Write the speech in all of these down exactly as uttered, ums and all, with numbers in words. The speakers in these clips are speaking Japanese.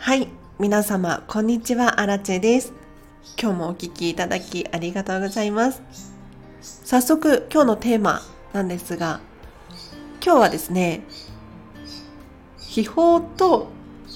はい、皆様こんにちは、アラチェです。今日もお聞きいただきありがとうございます。早速今日のテーマなんですが、今日はですね、秘宝と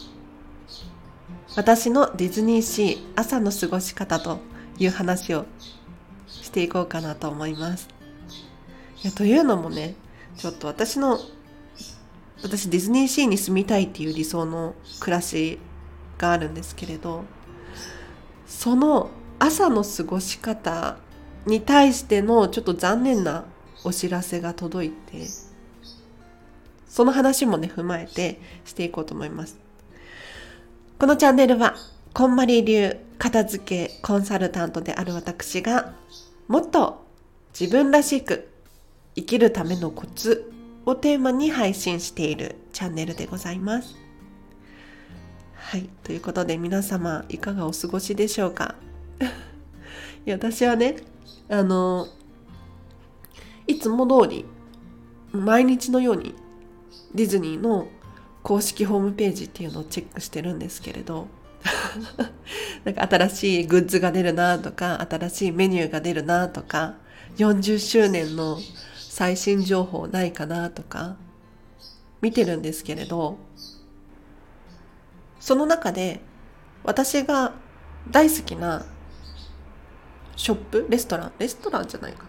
私のディズニーシー朝の過ごし方という話をしていこうかなと思います。いやというのもね、ちょっと私の私ディズニーシーに住みたいっていう理想の暮らしがあるんですけれど、その朝の過ごし方に対してのちょっと残念なお知らせが届いて、その話もね踏まえてしていこうと思います。このチャンネルはこんまり流片付けコンサルタントである私が、もっと自分らしく生きるためのコツをテーマに配信しているチャンネルでございます。はい、ということで皆様いかがお過ごしでしょうか。いや私はね、あのいつも通り毎日のようにディズニーの公式ホームページっていうのをチェックしてるんですけれどなんか新しいグッズが出るなとか、新しいメニューが出るなとか、よんじゅっしゅうねんの最新情報ないかなとか見てるんですけれど、その中で私が大好きなショップ、レストラン、レストランじゃないか、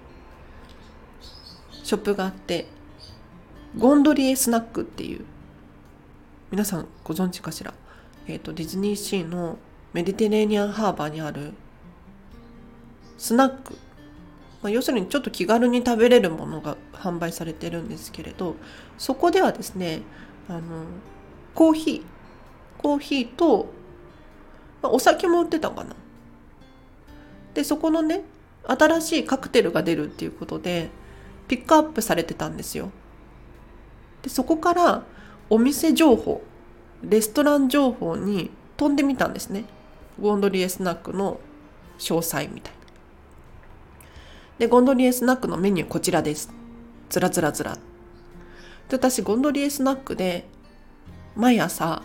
ショップがあって、ゴンドリエスナックっていう、皆さんご存知かしら。えっとディズニーシーのメディテレーニアンハーバーにあるスナック、まあ、要するにちょっと気軽に食べれるものが販売されてるんですけれど、そこではですね、あのコーヒーコーヒーと、まあ、お酒も売ってたかな。でそこのね、新しいカクテルが出るっていうことでピックアップされてたんですよ。でそこからお店情報、レストラン情報に飛んでみたんですね。ゴンドリエスナックの詳細みたいな。でゴンドリエスナックのメニューこちらです。ずらずらずら。で私ゴンドリエスナックで毎朝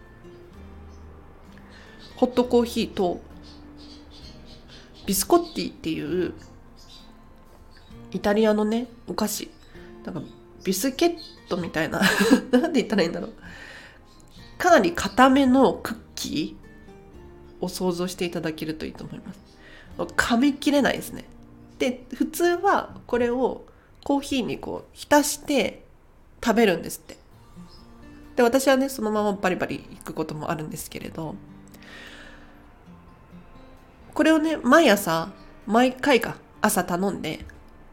ホットコーヒーとビスコッティっていうイタリアのねお菓子、なんかビスケットみたいななんて言ったらいいんだろう、かなり固めのクッキーを想像していただけるといいと思います。噛み切れないですね。で普通はこれをコーヒーにこう浸して食べるんですって。で私はねそのままバリバリいくこともあるんですけれど、これをね毎朝毎回か朝頼んで、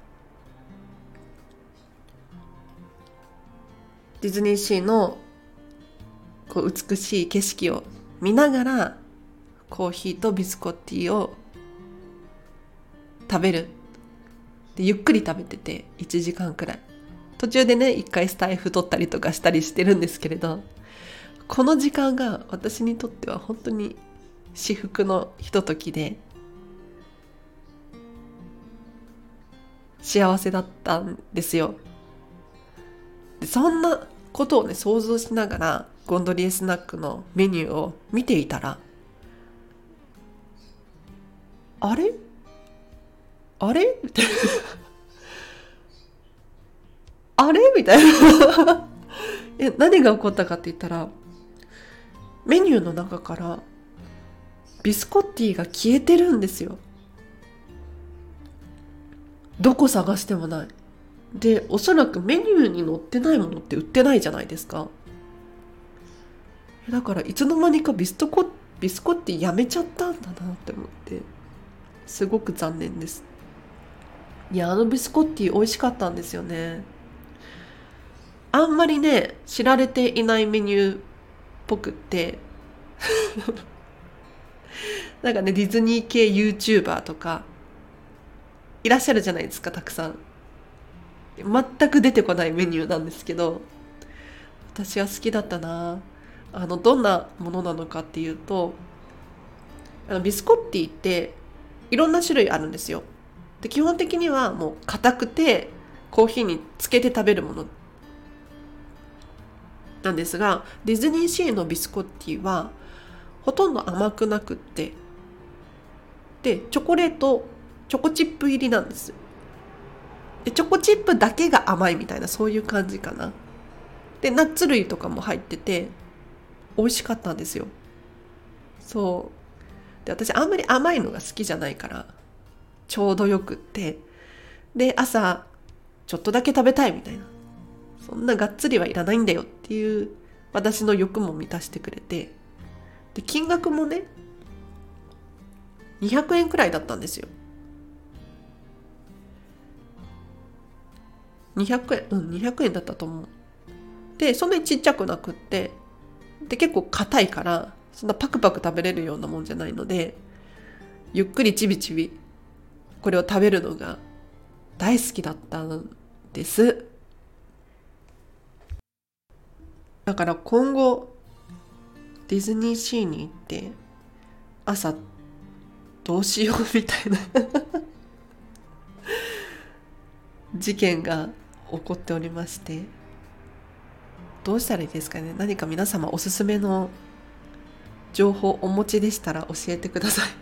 ディズニーシーのこう美しい景色を見ながらコーヒーとビスコッティを食べる。でゆっくり食べてていちじかんくらい、途中でね一回スタイフ取ったりとかしたりしてるんですけれど、この時間が私にとっては本当に至福のひとときで幸せだったんですよ。でそんなことをね想像しながらゴンドリエスナックのメニューを見ていたら、あれあれみたいなあれみたいなえ何が起こったかって言ったら、メニューの中からビスコッティが消えてるんですよ。どこ探してもない。でおそらくメニューに載ってないものって売ってないじゃないですか。だからいつの間にかビストコビスコッティやめちゃったんだなって思って、すごく残念です。いやあのビスコッティ美味しかったんですよね。あんまりね知られていないメニューっぽくってなんかねディズニー系 YouTuber とかいらっしゃるじゃないですか、たくさん。全く出てこないメニューなんですけど、私は好きだったな。あのどんなものなのかっていうと、あのビスコッティっていろんな種類あるんですよ。で基本的にはもう硬くてコーヒーにつけて食べるものなんですが、ディズニーシーのビスコッティはほとんど甘くなくって、でチョコレートチョコチップ入りなんです。でチョコチップだけが甘いみたいな、そういう感じかな。でナッツ類とかも入ってて美味しかったんですよ。そうで、私あんまり甘いのが好きじゃないからちょうどよくって、で朝ちょっとだけ食べたいみたいな、そんながっつりはいらないんだよっていう私の欲も満たしてくれて、で金額もねにひゃくえんくらいだったんですよ。にひゃくえん、うん、にひゃくえんだったと思う。でそんなにちっちゃくなくって、で結構硬いからそんなパクパク食べれるようなもんじゃないので、ゆっくりちびちびこれを食べるのが大好きだったんです。だから今後ディズニーシーに行って朝どうしようみたいな事件が起こっておりまして、どうしたらいいですかね。何か皆様おすすめの情報お持ちでしたら教えてください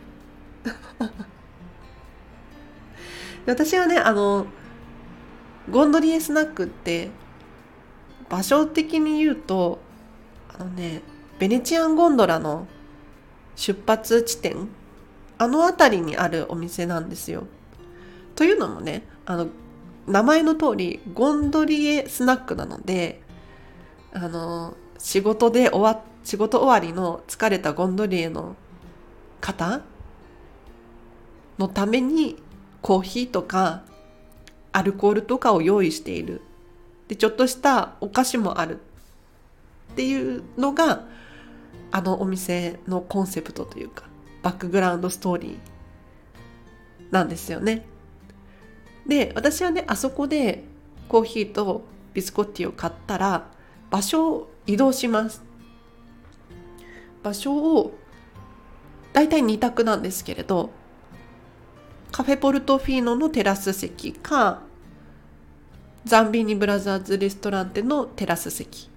私はね、あのゴンドリエスナックって場所的に言うと、あのねベネチアンゴンドラの出発地点、あの辺りにあるお店なんですよ。というのもね、あの名前の通りゴンドリエスナックなので、あの仕事で終わ仕事終わりの疲れたゴンドリエの方のためにコーヒーとかアルコールとかを用意している。でちょっとしたお菓子もあるっていうのがあのお店のコンセプトというかバックグラウンドストーリーなんですよね。で私はね、あそこでコーヒーとビスコッティを買ったら場所を移動します。場所をだいたいに択なんですけれど、カフェポルトフィーノのテラス席かザンビーニブラザーズレストランテのテラス席。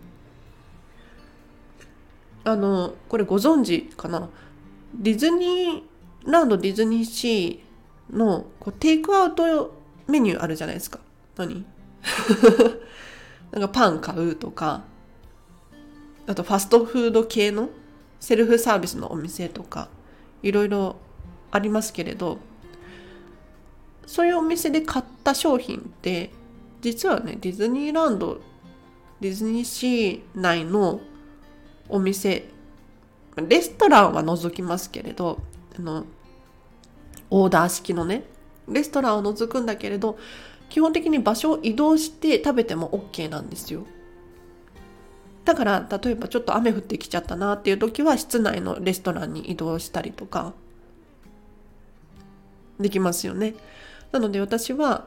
あのこれご存知かな、ディズニーランドディズニーシーのこうテイクアウトメニューあるじゃないですか。何なんかパン買うとか、あとファストフード系のセルフサービスのお店とかいろいろありますけれど、そういうお店で買った商品って実はね、ディズニーランドディズニーシー内のお店、レストランは除きますけれど、あのオーダー式のねレストランを除くんだけれど、基本的に場所を移動して食べても OK なんですよ。だから例えばちょっと雨降ってきちゃったなっていう時は室内のレストランに移動したりとかできますよね。なので私は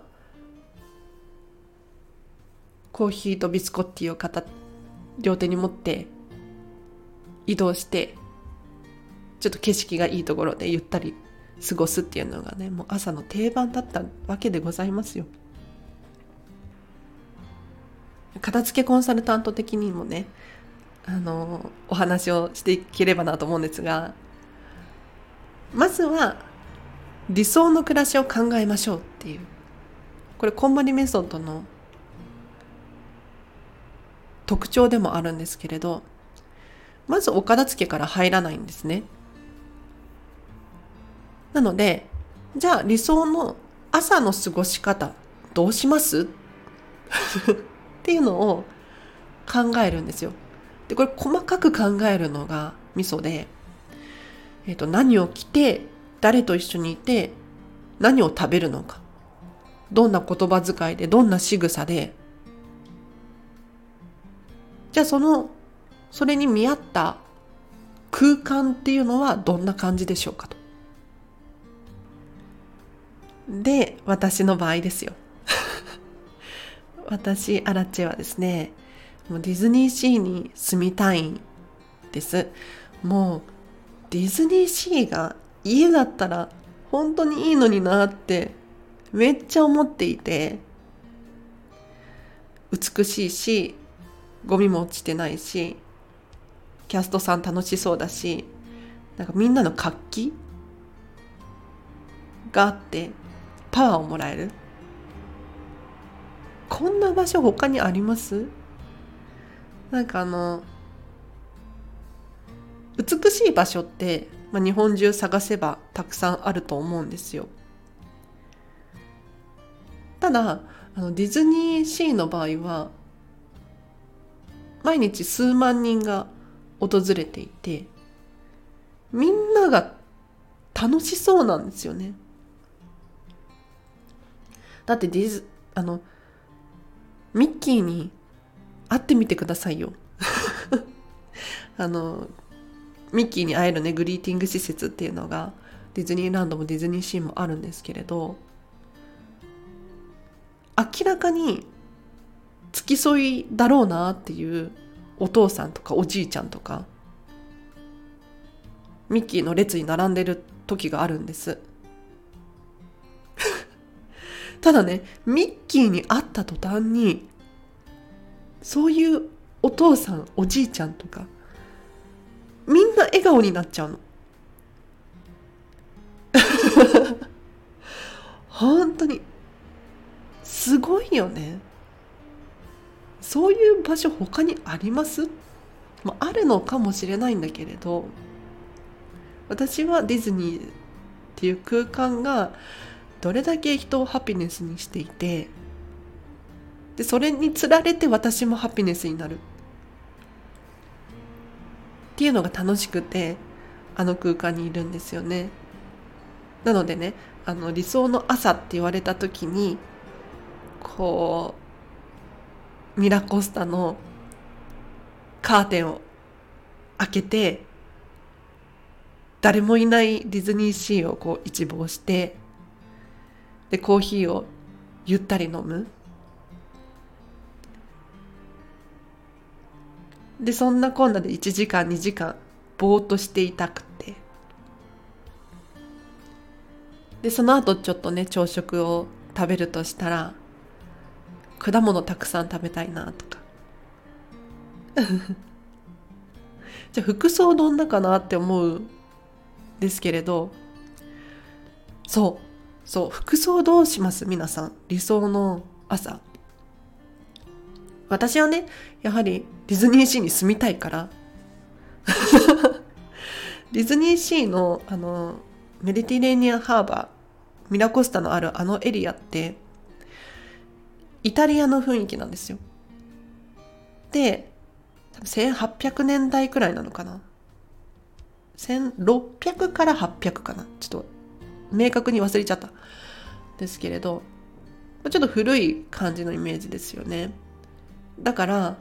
コーヒーとビスコッティを片両手に持って移動して、ちょっと景色がいいところでゆったり過ごすっていうのがね、もう朝の定番だったわけでございますよ。片付けコンサルタント的にもね、あのお話をしていければなと思うんですが、まずは理想の暮らしを考えましょうっていう、これこんまりメソッドの特徴でもあるんですけれど、まずお片付けから入らないんですね。なので、じゃあ理想の朝の過ごし方どうしますっていうのを考えるんですよ。で、これ細かく考えるのがミソで、えっと、何を着て、誰と一緒にいて、何を食べるのか、どんな言葉遣いで、どんな仕草で、じゃあその、それに見合った空間っていうのはどんな感じでしょうかと。で、私の場合ですよ。私、アラチェはですね、もうディズニーシーに住みたいんです。もうディズニーシーが家だったら本当にいいのになってめっちゃ思っていて、美しいし、ゴミも落ちてないし、キャストさん楽しそうだし、 なんかみんなの活気があってパワーをもらえる。こんな場所他にあります？なんかあの美しい場所って、まあ、日本中探せばたくさんあると思うんですよ。ただあのディズニーシーの場合は毎日数万人が訪れていて、みんなが楽しそうなんですよね。だってディズあのミッキーに会ってみてくださいよあのミッキーに会えるねグリーティング施設っていうのがディズニーランドもディズニーシーもあるんですけれど、明らかに付き添いだろうなっていうお父さんとかおじいちゃんとかミッキーの列に並んでる時があるんですただね、ミッキーに会った途端にそういうお父さんおじいちゃんとかみんな笑顔になっちゃうの本当にすごいよね。そういう場所他にあります？まあ、あるのかもしれないんだけれど、私はディズニーっていう空間がどれだけ人をハピネスにしていて、でそれにつられて私もハピネスになるっていうのが楽しくて、あの空間にいるんですよね。なのでね、あの理想の朝って言われた時にこうミラコスタのカーテンを開けて誰もいないディズニーシーをこう一望して、でコーヒーをゆったり飲む。でそんなこんなでいちじかんにじかんぼーっとしていたくて、でその後ちょっとね朝食を食べるとしたら果物たくさん食べたいなとかじゃあ服装どんなかなって思うんですけれど、そうそう服装どうします皆さん？理想の朝。私はねやはりディズニーシーに住みたいからディズニーシーのあのメディテレーニアンハーバーミラコスタのあるあのエリアってイタリアの雰囲気なんですよ。で多分せんはっぴゃくねんだいくらいなのかな、せんろっぴゃくからはっぴゃくかな、ちょっと明確に忘れちゃったですけれど、ちょっと古い感じのイメージですよね。だから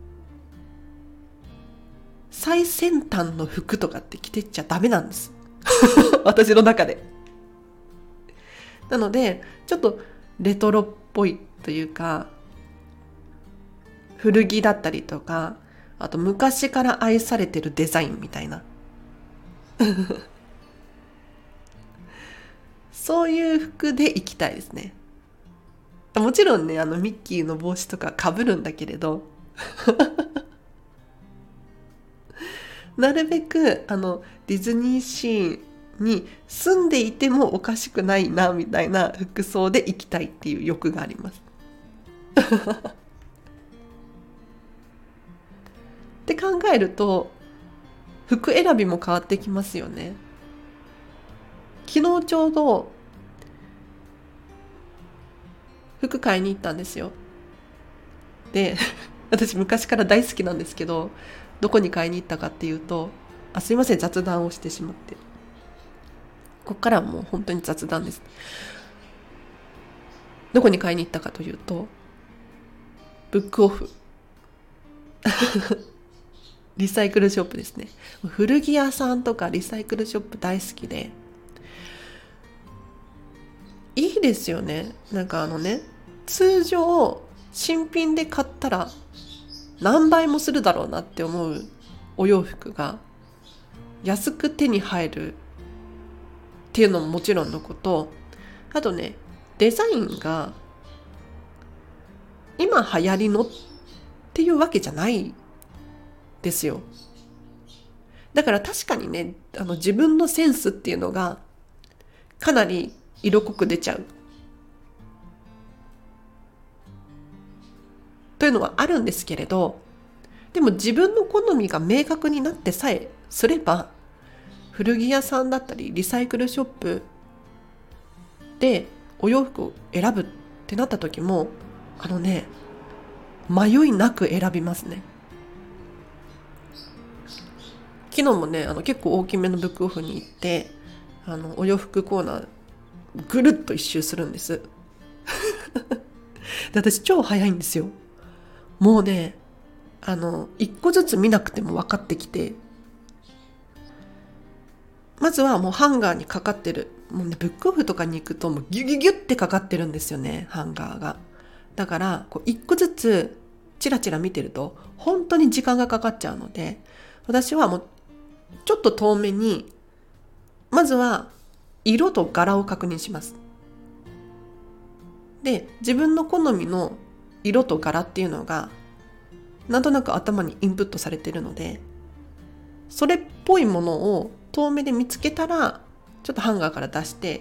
最先端の服とかって着てっちゃダメなんです私の中で。なのでちょっとレトロっぽいというか古着だったりとか、あと昔から愛されてるデザインみたいなそういう服で行きたいですね。もちろんねあのミッキーの帽子とか被るんだけれどなるべくあのディズニーシーに住んでいてもおかしくないなみたいな服装で行きたいっていう欲がありますって考えると服選びも変わってきますよね。昨日ちょうど服買いに行ったんですよ。で私昔から大好きなんですけど、どこに買いに行ったかっていうと、あすいません雑談をしてしまって、ここからはもう本当に雑談です。どこに買いに行ったかというとブックオフリサイクルショップですね。古着屋さんとかリサイクルショップ大好きで、いいですよね。なんかあのね、通常新品で買ったら何倍もするだろうなって思うお洋服が安く手に入るっていうのももちろんのこと、あとねデザインが今流行りのっていうわけじゃないですよ。 だから確かにね、あの自分のセンスっていうのがかなり色濃く出ちゃうというのはあるんですけれど、でも自分の好みが明確になってさえすれば、古着屋さんだったりリサイクルショップでお洋服を選ぶってなった時も、あのね、迷いなく選びますね。昨日もね、あの結構大きめのブックオフに行って、あのお洋服コーナーぐるっと一周するんですで、私超早いんですよ。もうね、あの一個ずつ見なくても分かってきて、まずはもうハンガーにかかってる、もうね、ブックオフとかに行くともうギュギュギュってかかってるんですよね、ハンガーが。だからこう一個ずつチラチラ見てると本当に時間がかかっちゃうので、私はもうちょっと遠目にまずは色と柄を確認します。で、自分の好みの色と柄っていうのがなんとなく頭にインプットされているので、それっぽいものを遠目で見つけたらちょっとハンガーから出して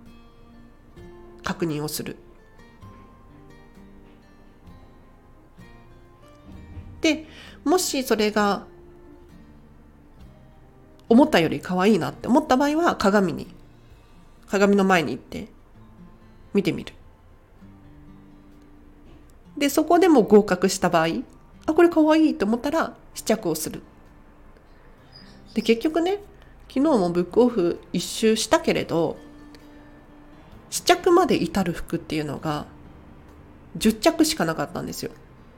確認をする。で、もしそれが思ったより可愛いなって思った場合は、鏡に鏡の前に行って見てみる。で、そこでも合格した場合、あ、これ可愛いと思ったら試着をする。で、結局ね、昨日もブックオフ一周したけれど、試着まで至る服っていうのがじゅっちゃくしかなかったんですよ。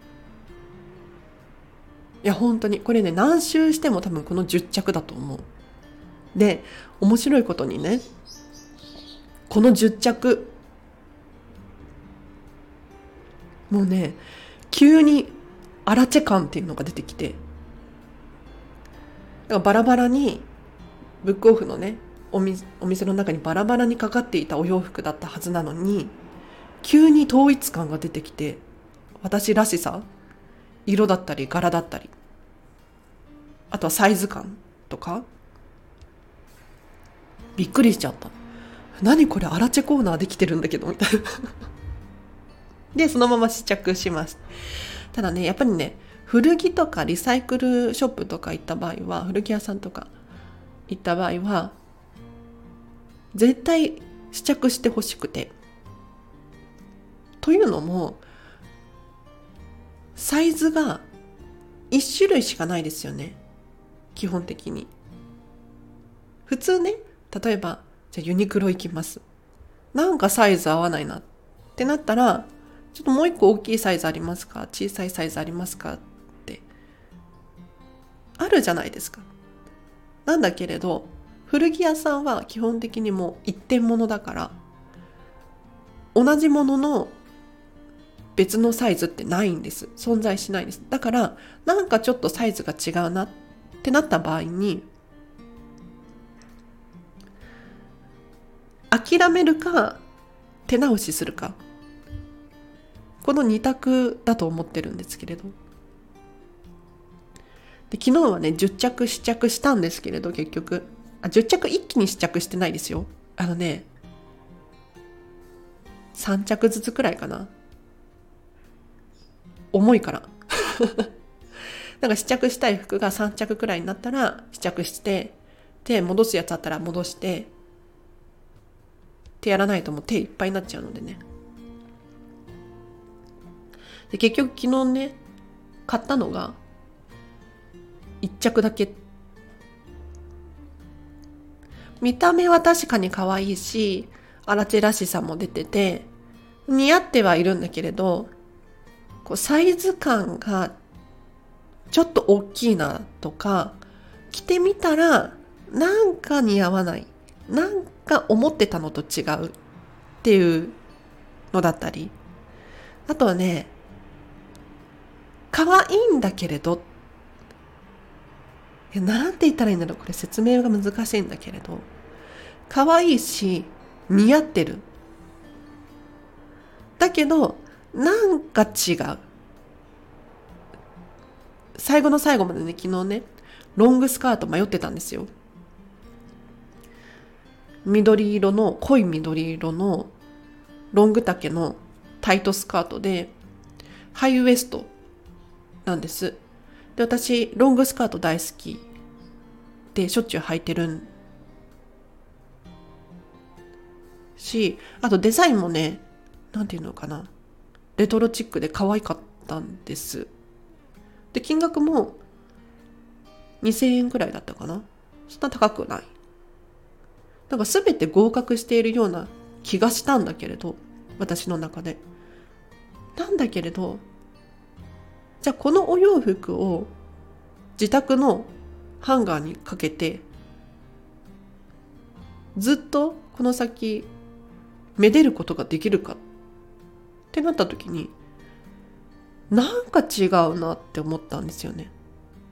いや本当にこれね、何周しても多分このじゅっちゃくだと思う。で、面白いことにね、このじゅっちゃくもうね、急にアラチェ感っていうのが出てきて、だからバラバラにブックオフのね、お店、お店の中にバラバラにかかっていたお洋服だったはずなのに、急に統一感が出てきて、私らしさ、色だったり柄だったり、あとはサイズ感とか、びっくりしちゃった。何これ、アラチェコーナーできてるんだけどみたいなで、そのまま試着します。ただね、やっぱりね、古着とかリサイクルショップとか行った場合は、古着屋さんとか行った場合は絶対試着してほしくて、というのもサイズが一種類しかないですよね、基本的に。普通ね、例えばじゃあユニクロ行きます、なんかサイズ合わないなってなったら、ちょっともう一個大きいサイズありますか、小さいサイズありますかってあるじゃないですか。なんだけれど古着屋さんは基本的にもう一点物だから、同じものの別のサイズってないんです。存在しないんです。だからなんかちょっとサイズが違うなってなった場合に、諦めるか手直しするか、この二択だと思ってるんですけれど、で昨日はねじゅっちゃく試着したんですけれど、結局あじゅっちゃく一気に試着してないですよ。あのねさんちゃくずつくらいかな、重いからなんか試着したい服がさんちゃくくらいになったら試着して、手戻すやつあったら戻してってやらないともう手いっぱいになっちゃうのでね。で結局昨日ね買ったのがいっちゃくだけ。見た目は確かに可愛いし、アラチェらしさも出てて似合ってはいるんだけれど、こうサイズ感がちょっと大きいなとか、着てみたらなんか似合わない、なんか思ってたのと違うっていうのだったり、あとはね、可愛いんだけれど、なんて言ったらいいんだろう、これ説明が難しいんだけれど、可愛いし似合ってる、だけどなんか違う。最後の最後までね、昨日ねロングスカート迷ってたんですよ。緑色の濃い緑色のロング丈のタイトスカートでハイウエストなんです。で、私ロングスカート大好きでしょっちゅう履いてるし、あとデザインもね、なんていうのかな、レトロチックで可愛かったんです。で、金額もにせんえんくらいだったかな。そんな高くない。なんか全て合格しているような気がしたんだけれど、私の中で。なんだけれど、じゃあこのお洋服を自宅のハンガーにかけて、ずっとこの先、めでることができるかってなった時に、なんか違うなって思ったんですよね。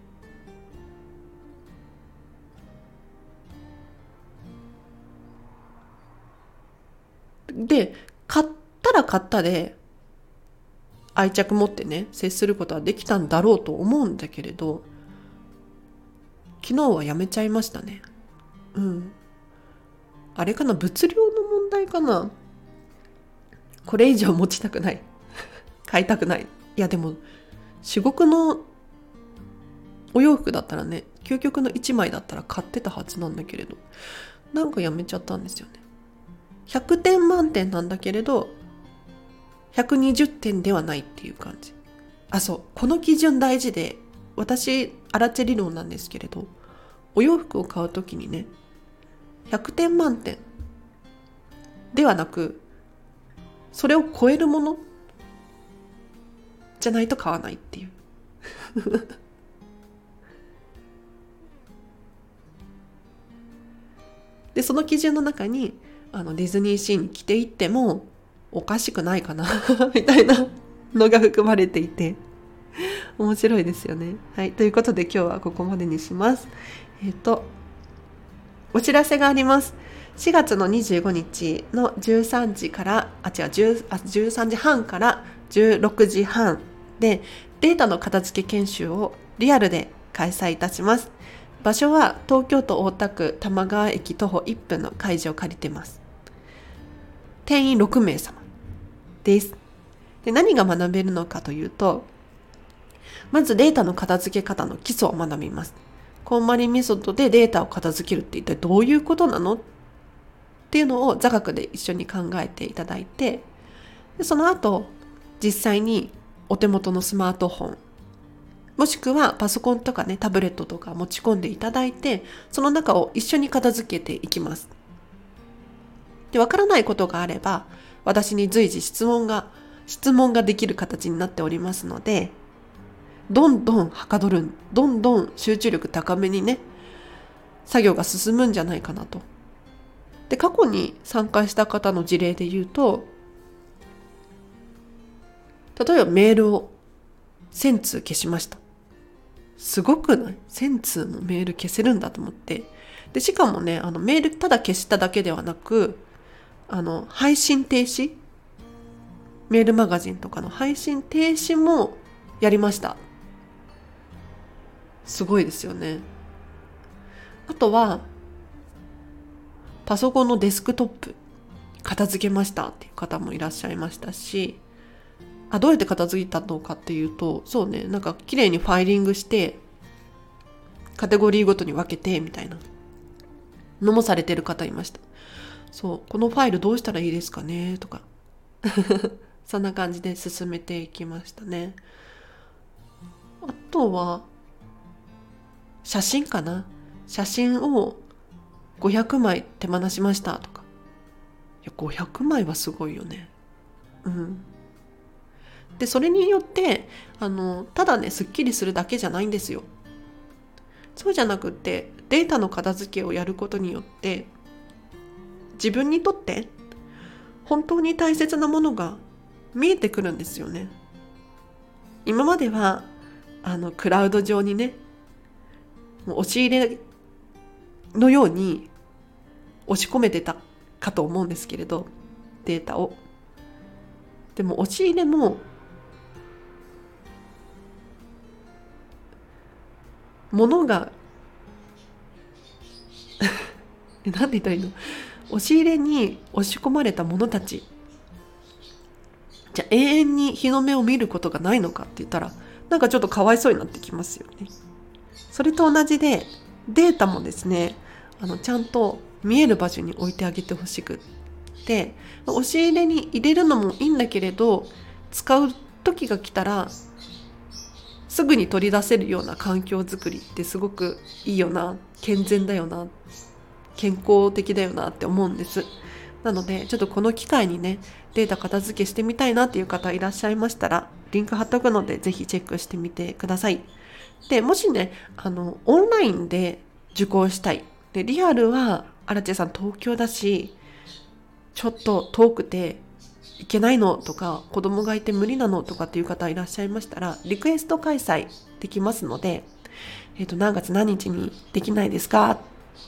で、買ったら買ったで愛着持ってね、接することはできたんだろうと思うんだけれど、昨日はやめちゃいましたね。うん。あれかな、物量の問題かな。これ以上持ちたくない。買いたくない。いやでも、至極のお洋服だったらね、究極のいちまいだったら買ってたはずなんだけれど、なんかやめちゃったんですよね。ひゃくてん満点なんだけれど、ひゃくにじゅってんではないっていう感じ。あ、そう。この基準大事で、私、アラチェ理論なんですけれど、お洋服を買うときにね、ひゃくてん満点ではなく、それを超えるものじゃないと買わないっていう。で、その基準の中に、あのディズニーシーに着ていってもおかしくないかなみたいなのが含まれていて、面白いですよね。はい、ということで今日はここまでにします。えっとお知らせがあります。しがつのにじゅうごにちのじゅうさんじからあ違う10あじゅうさんじはんからじゅうろくじはんでデータの片付け研修をリアルで開催いたします。場所は東京都大田区玉川駅徒歩いっぷんの会場を借りてます。定員ろくめいさまです。で、何が学べるのかというと、まずデータの片付け方の基礎を学びます。こんまりメソッドでデータを片付けるって一体どういうことなのっていうのを座学で一緒に考えていただいて、でその後実際にお手元のスマートフォンもしくはパソコンとかね、タブレットとか持ち込んでいただいて、その中を一緒に片付けていきます。で、わからないことがあれば、私に随時質問が、質問ができる形になっておりますので、どんどんはかどる、どんどん集中力高めにね、作業が進むんじゃないかなと。で、過去に参加した方の事例で言うと、例えばメールをせんつう消しました。すごくない？ せん 通もメール消せるんだと思って。で、しかもね、あのメールただ消しただけではなく、あの、配信停止メールマガジンとかの配信停止もやりました。すごいですよね。あとは、パソコンのデスクトップ片付けましたっていう方もいらっしゃいましたし、あ、どうやって片付いたのかっていうと、そうね、なんか綺麗にファイリングして、カテゴリーごとに分けて、みたいなのもされてる方いました。そう、このファイルどうしたらいいですかねとか。そんな感じで進めていきましたね。あとは、写真かな。写真をごひゃくまい手放しましたとか。いや、ごひゃくまいはすごいよね。うん。で、それによって、あの、ただね、スッキリするだけじゃないんですよ。そうじゃなくって、データの片付けをやることによって、自分にとって本当に大切なものが見えてくるんですよね。今までは、あの、クラウド上にね、もう押し入れのように押し込めてたかと思うんですけれど、データを。でも押し入れも物がえなんて言ったらいいの、押し入れに押し込まれた者たち、じゃあ永遠に日の目を見ることがないのかって言ったら、なんかちょっとかわいそうになってきますよね。それと同じで、データもですね、あのちゃんと見える場所に置いてあげてほしくって、押し入れに入れるのもいいんだけれど、使う時が来たらすぐに取り出せるような環境づくりってすごくいいよな、健全だよな、健康的だよなって思うんです。なのでちょっとこの機会にね、データ片付けしてみたいなっていう方いらっしゃいましたら、リンク貼っとくのでぜひチェックしてみてください。で、もしね、あのオンラインで受講したいで、リアルはアラチェさん東京だしちょっと遠くていけないのとか、子供がいて無理なのとかっていう方いらっしゃいましたら、リクエスト開催できますので、えっと何月何日にできないですか、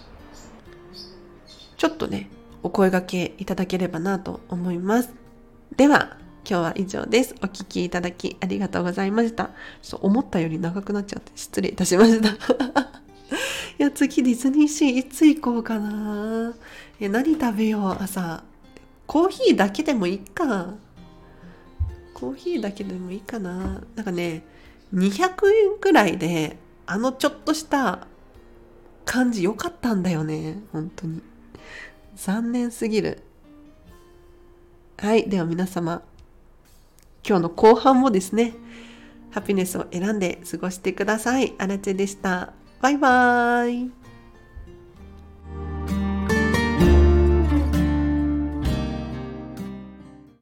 ちょっとねお声掛けいただければなと思います。では今日は以上です。お聞きいただきありがとうございました。ちょっと思ったより長くなっちゃって失礼いたしましたいや、次ディズニーシーいつ行こうかな。え何食べよう。朝コーヒーだけでもいいか。コーヒーだけでもいいかな。なんかね、にひゃくえんくらいであのちょっとした感じ良かったんだよね。本当に残念すぎる。はい、では皆様、今日の後半もですね、ハピネスを選んで過ごしてください。アラチェでした。バイバーイ。